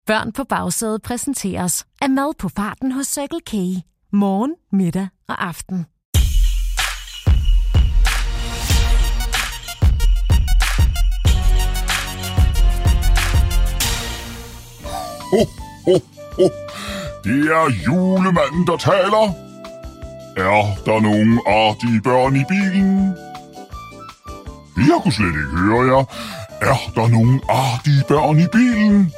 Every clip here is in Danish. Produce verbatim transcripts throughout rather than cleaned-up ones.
Børn på bagsædet præsenteres af mad på farten hos Circle K. Morgen, middag og aften. Ho, ho, ho. Det er julemanden, der taler. Er der nogen artige børn i bilen? Jeg kunne slet ikke høre jer. Er der nogen artige børn i bilen?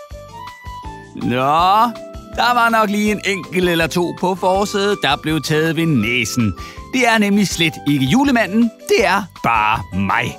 Nå, der var nok lige en enkelt eller to på forsædet, der blev taget ved næsen. Det er nemlig slet ikke julemanden, det er bare mig.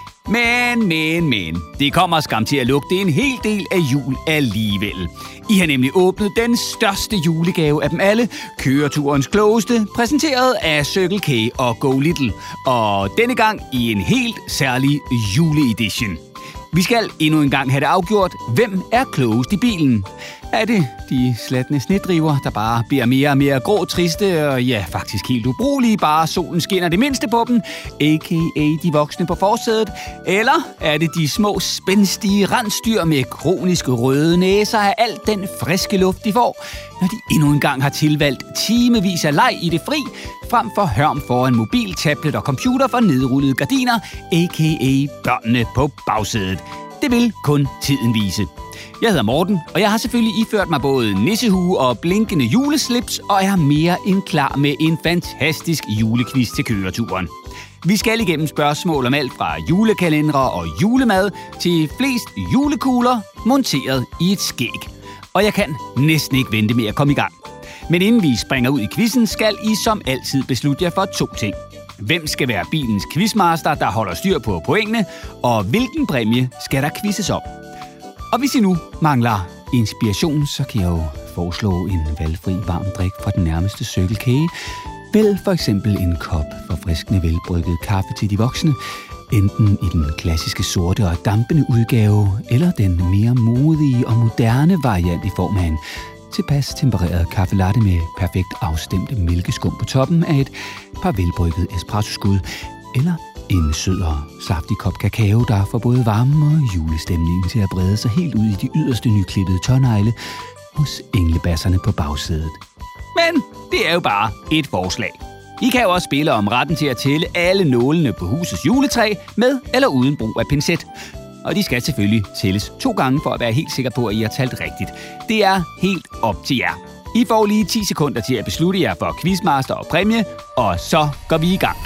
Men, men, men, det kommer skam til at lugte en hel del af jul alligevel. I har nemlig åbnet den største julegave af dem alle, køreturens klogeste, præsenteret af Circle K og Go Little. Og denne gang i en helt særlig juleedition. Vi skal endnu en gang have det afgjort, hvem er klogest i bilen. Er det de slatne snedriver, der bare bliver mere og mere grå, triste og ja, faktisk helt ubrugelige, bare solen skinner det mindste på dem, a k a de voksne på forsædet? Eller er det de små, spændstige rensdyr med kroniske røde næser af alt den friske luft, de får, når de endnu en gang har tilvalgt timevis af leg i det fri, frem for hørm foran mobil, tablet og computer for nedrullede gardiner, a k a børnene på bagsædet? Det vil kun tiden vise. Jeg hedder Morten, og jeg har selvfølgelig iført mig både nissehue og blinkende juleslips, og er mere end klar med en fantastisk julequiz til køreturen. Vi skal igennem spørgsmål om alt fra julekalendere og julemad til flest julekugler monteret i et skæg. Og jeg kan næsten ikke vente med at komme i gang. Men inden vi springer ud i quizzen, skal I som altid beslutte jer for to ting. Hvem skal være bilens quizmaster, der holder styr på pointene, og hvilken præmie skal der quizzes om? Og hvis I nu mangler inspiration, så kan jeg jo foreslå en valgfri varm drik fra den nærmeste Circle K. Vælg for eksempel en kop forfriskende velbrygget kaffe til de voksne, enten i den klassiske sorte og dampende udgave, eller den mere modige og moderne variant i form af en tilpas tempereret kaffe latte med perfekt afstemte mælkeskum på toppen af et par velbrygget espressoskud, eller en sød og saftig kop kakao, der får både varme og julestemningen til at brede sig helt ud i de yderste nyklippede tånegle hos englebasserne på bagsædet. Men det er jo bare et forslag. I kan jo også spille om retten til at tælle alle nålene på husets juletræ med eller uden brug af pincet. Og de skal selvfølgelig tælles to gange for at være helt sikker på, at I har talt rigtigt. Det er helt op til jer. I får lige ti sekunder til at beslutte jer for quizmaster og præmie, og så går vi i gang.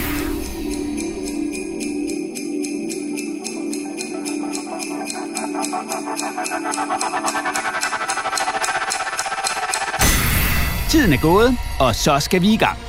Tiden er gået, og så skal vi i gang.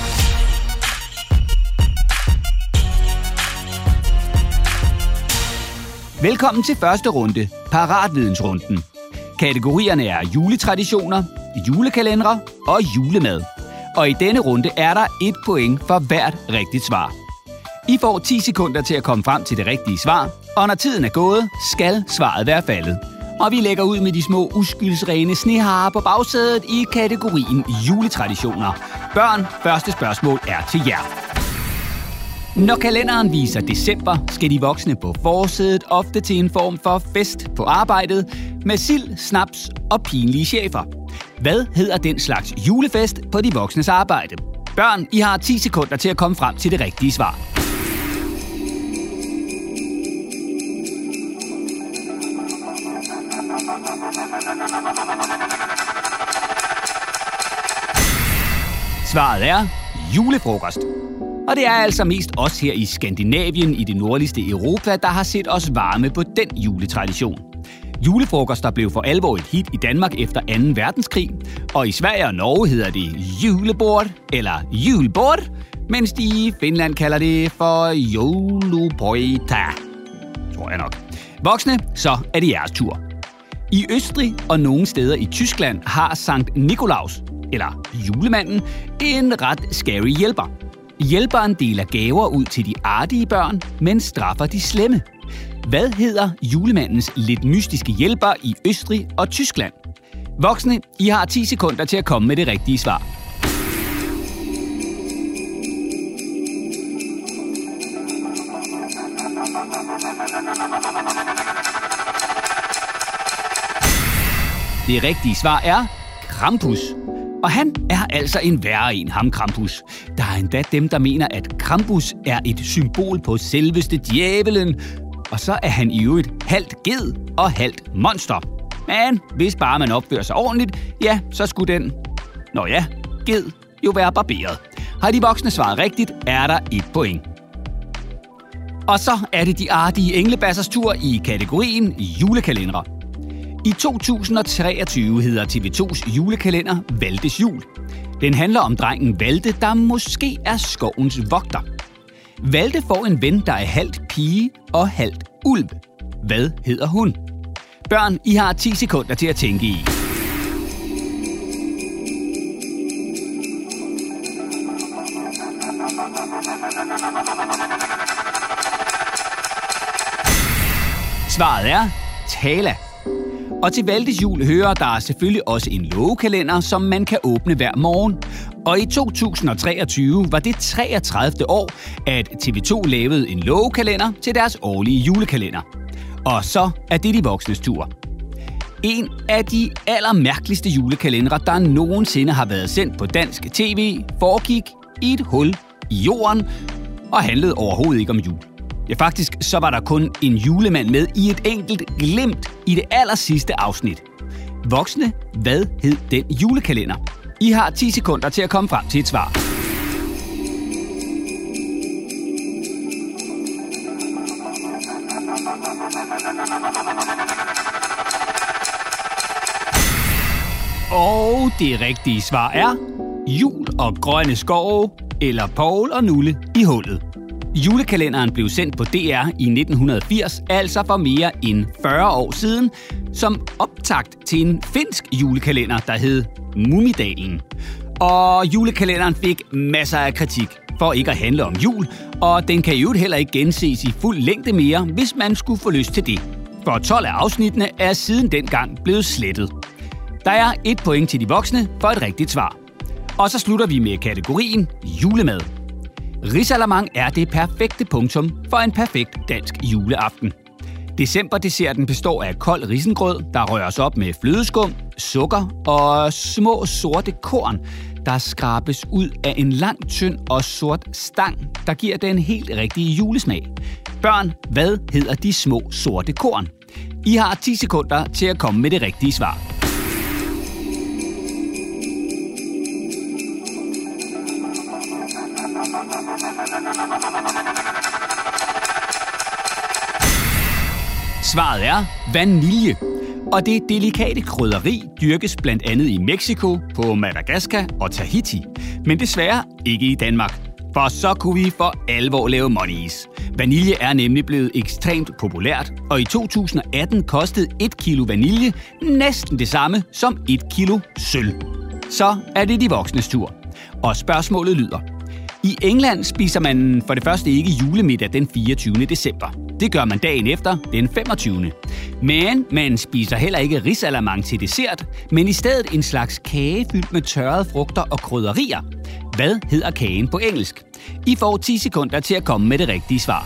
Velkommen til første runde, Paratvidensrunden. Kategorierne er juletraditioner, julekalendere og julemad. Og i denne runde er der et point for hvert rigtigt svar. I får ti sekunder til at komme frem til det rigtige svar, og når tiden er gået, skal svaret være faldet. Og vi lægger ud med de små uskyldsrene sneharer på bagsædet i kategorien juletraditioner. Børn, første spørgsmål er til jer. Når kalenderen viser december, skal de voksne på forsædet ofte til en form for fest på arbejdet med sild, snaps og pinlige chefer. Hvad hedder den slags julefest på de voksnes arbejde? Børn, I har ti sekunder til at komme frem til det rigtige svar. Svaret er julefrokost. Og det er altså mest os her i Skandinavien i det nordligste Europa, der har set os varme på den juletradition. Julefrokoster blev for alvor et hit i Danmark efter anden verdenskrig, og i Sverige og Norge hedder det julebord eller julbord, mens de i Finland kalder det for joulupöytä, tror jeg nok. Voksne, så er det jeres tur. I Østrig og nogle steder i Tyskland har Sankt Nikolaus, eller julemanden, en ret scary hjælper. Hjælperen deler gaver ud til de artige børn, men straffer de slemme. Hvad hedder julemandens lidt mystiske hjælper i Østrig og Tyskland? Voksne, I har ti sekunder til at komme med det rigtige svar. Det rigtige svar er Krampus. Og han er altså en værre en, ham Krampus. Der er endda dem, der mener, at Krampus er et symbol på selveste djævelen. Og så er han i øvrigt halvt ged og halvt monster. Men hvis bare man opfører sig ordentligt, ja, så skulle den, nå ja, ged jo være barberet. Har de voksne svaret rigtigt, er der et point. Og så er det de artige englebassers tur i kategorien julekalendere. I to tusind og treogtyve hedder T V to's julekalender Valdes jul. Den handler om drengen Valde, der måske er skovens vogter. Valde får en ven, der er halvt pige og halvt ulv. Hvad hedder hun? Børn, I har ti sekunder til at tænke i. Svaret er Tala. Og til Valdes jul hører der selvfølgelig også en lågekalender, som man kan åbne hver morgen. Og i to tusind og treogtyve var det treogtredivte år, at T V to lavede en lågekalender til deres årlige julekalender. Og så er det de voksnes tur. En af de allermærkeligste julekalendere, der nogensinde har været sendt på dansk tv, foregik i et hul i jorden og handlede overhovedet ikke om jul. Ja, faktisk så var der kun en julemand med i et enkelt glimt i det aller sidste afsnit. Voksne, hvad hed den julekalender? I har ti sekunder til at komme frem til et svar. Og det rigtige svar er Jul og grønne skove eller Poul og Nulle i hullet. Julekalenderen blev sendt på D R i nitten firs, altså for mere end fyrre år siden, som optakt til en finsk julekalender, der hed Mumidalen. Og julekalenderen fik masser af kritik for ikke at handle om jul, og den kan jo heller ikke genses i fuld længde mere, hvis man skulle få lyst til det. For tolv af afsnittene er siden dengang blevet slettet. Der er et point til de voksne for et rigtigt svar. Og så slutter vi med kategorien julemad. Risalamang er det perfekte punktum for en perfekt dansk juleaften. Decemberdesserten består af kold risengrød, der røres op med flødeskum, sukker og små sorte korn, der skrabes ud af en lang, tynd og sort stang, der giver den helt rigtige julesmag. Børn, hvad hedder de små sorte korn? I har ti sekunder til at komme med det rigtige svar. Svaret er vanilje. Og det delikate krydderi dyrkes blandt andet i Mexico, på Madagaskar og Tahiti. Men desværre ikke i Danmark. For så kunne vi for alvor lave monies. Vanilje er nemlig blevet ekstremt populært, og i to tusind og atten kostede et kilo vanilje næsten det samme som et kilo sølv. Så er det de voksnes tur. Og spørgsmålet lyder: i England spiser man for det første ikke julemiddag den fireogtyvende december. Det gør man dagen efter, den femogtyvende Men man spiser heller ikke risalamang til dessert, men i stedet en slags kage fyldt med tørrede frugter og krydderier. Hvad hedder kagen på engelsk? I får ti sekunder til at komme med det rigtige svar.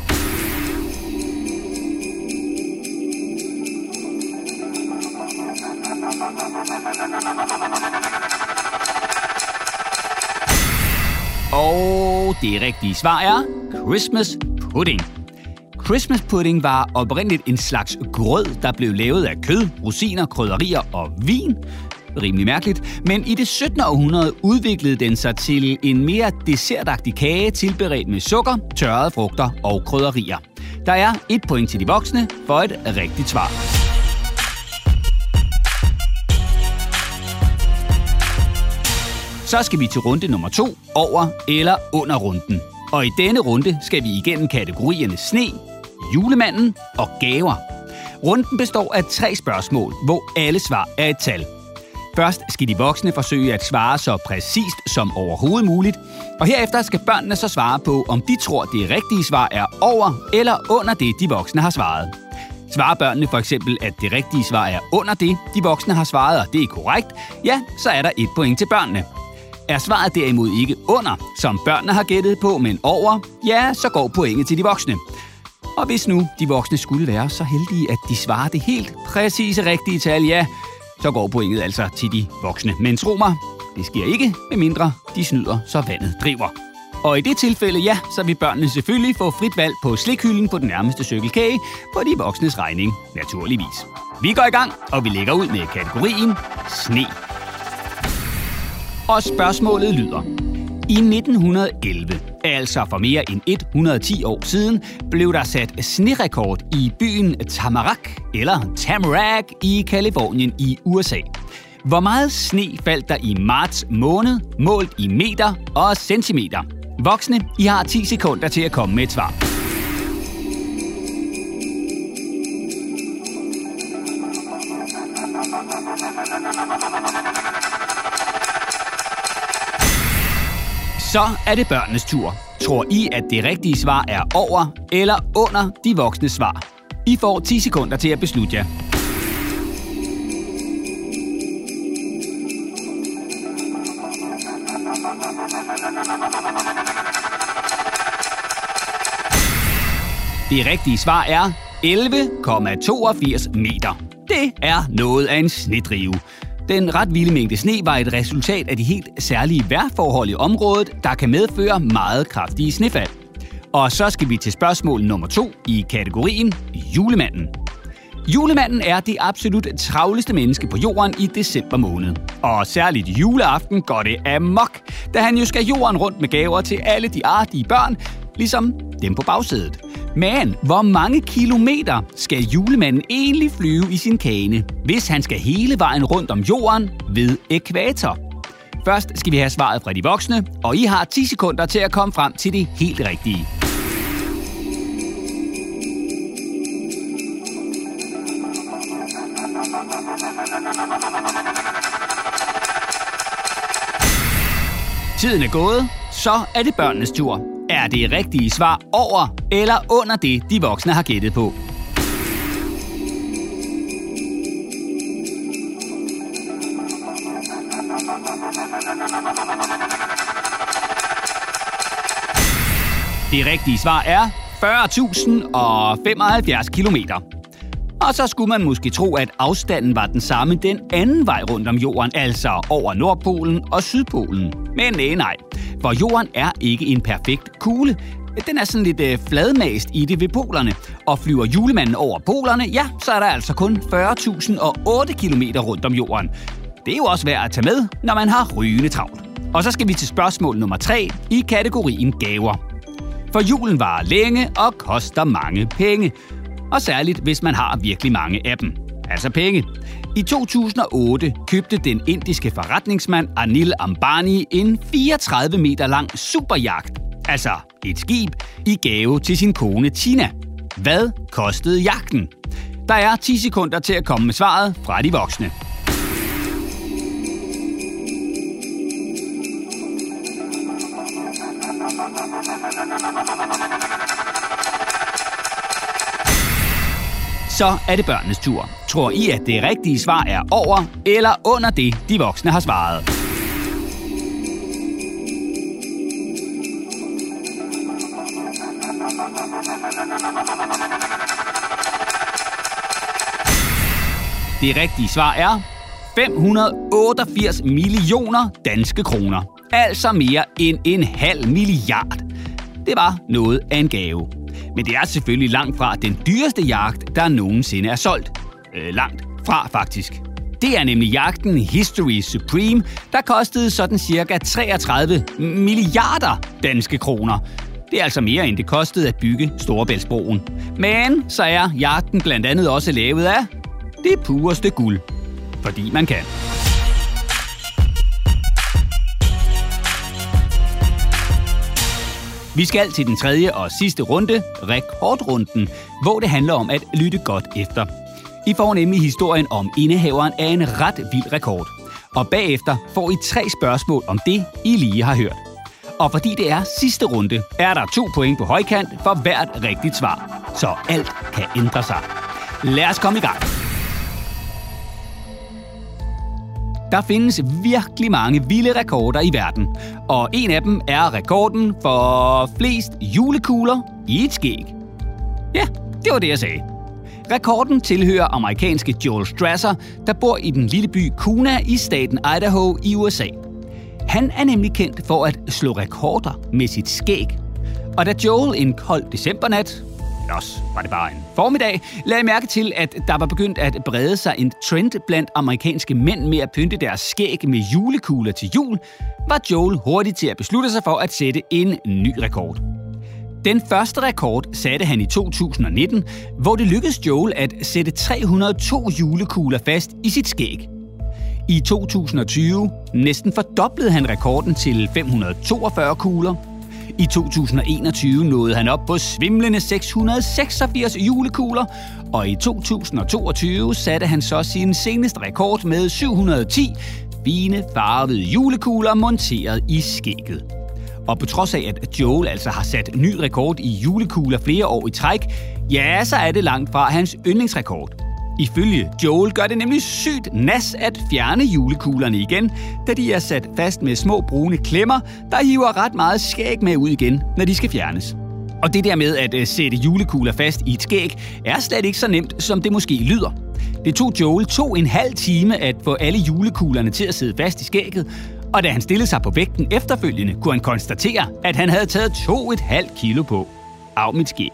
Og det rigtige svar er Christmas pudding. Christmas pudding var oprindeligt en slags grød, der blev lavet af kød, rosiner, krydderier og vin. Rimelig mærkeligt. Men i det syttende århundrede udviklede den sig til en mere dessertagtig kage tilberedt med sukker, tørrede frugter og krydderier. Der er et point til de voksne for et rigtigt svar. Så skal vi til runde nummer to, over eller under runden. Og i denne runde skal vi igennem kategorierne sne, julemanden og gaver. Runden består af tre spørgsmål, hvor alle svar er et tal. Først skal de voksne forsøge at svare så præcist som overhovedet muligt, og herefter skal børnene så svare på, om de tror, det rigtige svar er over eller under det, de voksne har svaret. Svarer børnene for eksempel, at det rigtige svar er under det, de voksne har svaret, og det er korrekt, ja, så er der et point til børnene. Er svaret derimod ikke under, som børnene har gættet på, men over, ja, så går pointet til de voksne. Og hvis nu de voksne skulle være så heldige, at de svarer det helt præcise rigtige tal, ja, så går pointet altså til de voksne. Men tro mig, det sker ikke, medmindre de snyder, så vandet driver. Og i det tilfælde, ja, så vil børnene selvfølgelig få frit valg på slikhylden på den nærmeste Circle K på de voksnes regning, naturligvis. Vi går i gang, og vi lægger ud med kategorien sne. Og spørgsmålet lyder: i nitten elleve, altså for mere end et hundrede og ti år siden, blev der sat snerekord i byen Tamarack, eller Tamarack i Californien i U S A. Hvor meget sne faldt der i marts måned, målt i meter og centimeter? Voksne, I har ti sekunder til at komme med et svar. Så er det børnenes tur. Tror I, at det rigtige svar er over eller under de voksnes svar? I får ti sekunder til at beslutte jer. Det rigtige svar er elleve komma toogfirs meter. Det er noget af en snedrive. Den ret vilde mængde sne var et resultat af de helt særlige vejrforhold i området, der kan medføre meget kraftige snefald. Og så skal vi til spørgsmål nummer to i kategorien Julemanden. Julemanden er det absolut travleste menneske på jorden i december måned. Og særligt juleaften går det amok, da han jo skal jorden rundt med gaver til alle de artige børn, ligesom dem på bagsædet. Men hvor mange kilometer skal julemanden egentlig flyve i sin kane, hvis han skal hele vejen rundt om jorden ved ækvator? Først skal vi have svaret fra de voksne, og I har ti sekunder til at komme frem til det helt rigtige. Tiden er gået, så er det børnenes tur. Er det rigtige svar over eller under det, de voksne har gættet på? Det rigtige svar er fyrre tusind og femoghalvfjerds kilometer. Og så skulle man måske tro, at afstanden var den samme den anden vej rundt om jorden, altså over Nordpolen og Sydpolen. Men nej, nej, for jorden er ikke en perfekt kugle. Den er sådan lidt øh, fladmast i det ved polerne. Og flyver julemanden over polerne, ja, så er der altså kun fyrre tusind og otte kilometer rundt om jorden. Det er jo også værd at tage med, når man har rygende travlt. Og så skal vi til spørgsmål nummer tre i kategorien gaver. For julen varer længe og koster mange penge. Og særligt, hvis man har virkelig mange af dem. Altså penge. I to tusind og otte købte den indiske forretningsmand Anil Ambani en fireogtredive meter lang superjagt, altså et skib, i gave til sin kone Tina. Hvad kostede jagten? Der er ti sekunder til at komme med svaret fra de voksne. Så er det børnenes tur. Tror I, at det rigtige svar er over eller under det, de voksne har svaret? Det rigtige svar er fem hundrede og otteogfirs millioner danske kroner. Altså mere end en halv milliard. Det var noget af en gave. Men det er selvfølgelig langt fra den dyreste jagt, der nogensinde er solgt. Øh, langt fra, faktisk. Det er nemlig jagten History Supreme, der kostede sådan cirka treogtredive milliarder danske kroner. Det er altså mere, end det kostede at bygge Storebæltsbroen. Men så er jagten blandt andet også lavet af det pureste guld. Fordi man kan. Vi skal til den tredje og sidste runde, rekordrunden, hvor det handler om at lytte godt efter. I får nemlig historien om indehaveren af en ret vild rekord. Og bagefter får I tre spørgsmål om det, I lige har hørt. Og fordi det er sidste runde, er der to point på højkant for hvert rigtigt svar. Så alt kan ændre sig. Lad os komme i gang. Der findes virkelig mange vilde rekorder i verden, og en af dem er rekorden for flest julekugler i et skæg. Ja, det var det, jeg sagde. Rekorden tilhører amerikanske Joel Strasser, der bor i den lille by Kuna i staten Idaho i U S A. Han er nemlig kendt for at slå rekorder med sit skæg. Og da Joel en kold decembernat, eller også var det bare en formiddag, lagde mærke til, at der var begyndt at brede sig en trend blandt amerikanske mænd med at pynte deres skæg med julekugler til jul, var Joel hurtig til at beslutte sig for at sætte en ny rekord. Den første rekord satte han i to tusind nitten, hvor det lykkedes Joel at sætte tre hundrede og to julekugler fast i sit skæg. I to tusind tyve næsten fordoblede han rekorden til fem hundrede og toogfyrre kugler. I to tusind enogtyve nåede han op på svimlende seks hundrede og seksogfirs julekugler, og i to tusind toogtyve satte han så sin seneste rekord med syv hundrede og ti fine farvede julekugler monteret i skægget. Og på trods af, at Joel altså har sat ny rekord i julekugler flere år i træk, ja, så er det langt fra hans yndlingsrekord. Ifølge Joel gør det nemlig sygt nas at fjerne julekuglerne igen, da de er sat fast med små brune klemmer, der hiver ret meget skæg med ud igen, når de skal fjernes. Og det der med at sætte julekugler fast i et skæg er slet ikke så nemt, som det måske lyder. Det tog Joel to en halv time at få alle julekuglerne til at sidde fast i skægget, og da han stillede sig på vægten efterfølgende, kunne han konstatere, at han havde taget to et halvt kilo på. Af mit skæg.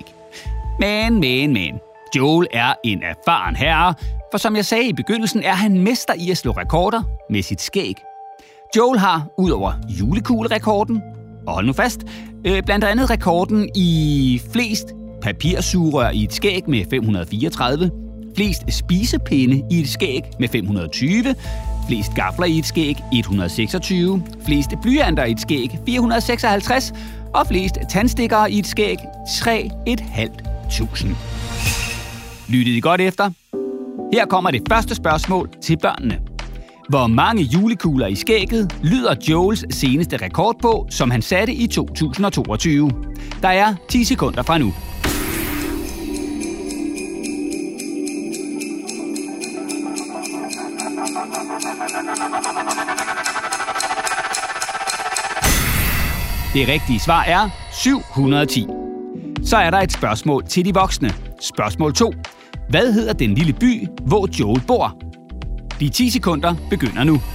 Men, men, men. Joel er en erfaren herre, for som jeg sagde i begyndelsen, er han mester i at slå rekorder med sit skæg. Joel har, udover julekuglerekorden, og hold nu fast, øh, blandt andet rekorden i flest papirsugerør i et skæg med fem hundrede og fireogtredive, flest spisepinde i et skæg med fem hundrede og tyve, flest gafler i et skæg et hundrede og seksogtyve, flest blyanter i et skæg fire hundrede og seksoghalvtreds og flest tandstikkere i et skæg tre tusind fem hundrede. Lyttede I godt efter? Her kommer det første spørgsmål til børnene. Hvor mange julekugler i skægget lyder Joels seneste rekord på, som han satte i to tusind toogtyve? Der er ti sekunder fra nu. Det rigtige svar er syv hundrede og ti. Så er der et spørgsmål til de voksne. Spørgsmål to. Hvad hedder den lille by, hvor Joel bor? De ti sekunder begynder nu.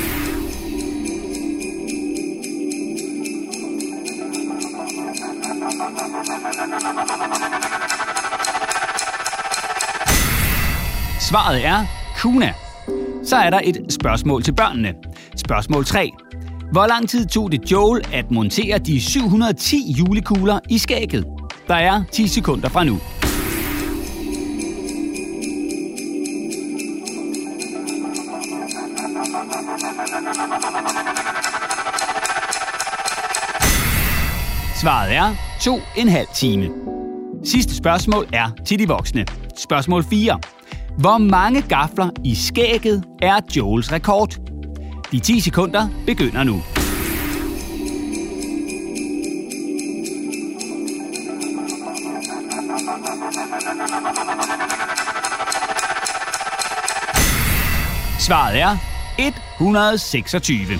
Svaret er Kuna. Så er der et spørgsmål til børnene. Spørgsmål tre. Hvor lang tid tog det Joel at montere de syv hundrede og ti julekugler i skægget? Der er ti sekunder fra nu. Svaret er to en halv time. Sidste spørgsmål er til de voksne. Spørgsmål fire. Hvor mange gafler i skægget er Joels rekord? De ti sekunder begynder nu. Svaret er et hundrede og seksogtyve.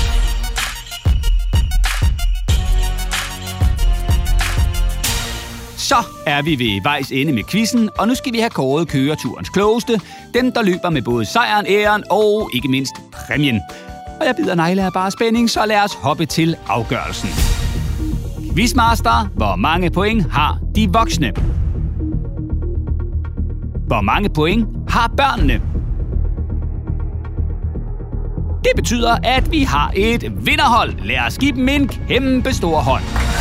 Så er vi ved vejs ende med quizzen, og nu skal vi have kåret køreturens klogeste. Dem, der løber med både sejren, æren og ikke mindst præmien. Og jeg bider negle af bare spænding, så lad os hoppe til afgørelsen. Quizmaster, hvor mange point har de voksne? Hvor mange point har børnene? Det betyder, at vi har et vinderhold. Lad os give dem en kæmpe stor hånd.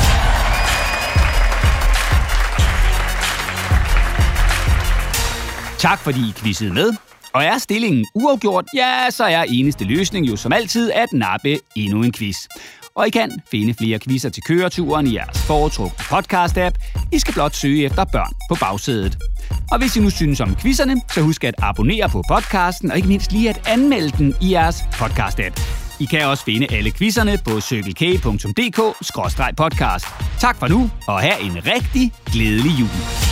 Tak fordi I quizzede med. Og er stillingen uafgjort, ja, så er eneste løsning jo som altid at nappe endnu en quiz. Og I kan finde flere quizzer til køreturen i jeres foretrukne podcast-app. I skal blot søge efter børn på bagsædet. Og hvis I nu synes om quizzerne, så husk at abonnere på podcasten, og ikke mindst lige at anmelde den i jeres podcast-app. I kan også finde alle quizzerne på circle k punktum d k skråstreg podcast. Tak for nu, og have en rigtig glædelig jul.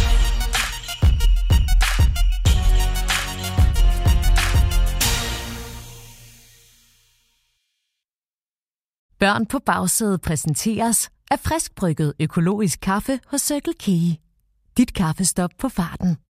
Børn på bagsædet præsenteres af friskbrygget økologisk kaffe hos Circle K. Dit kaffestop på farten.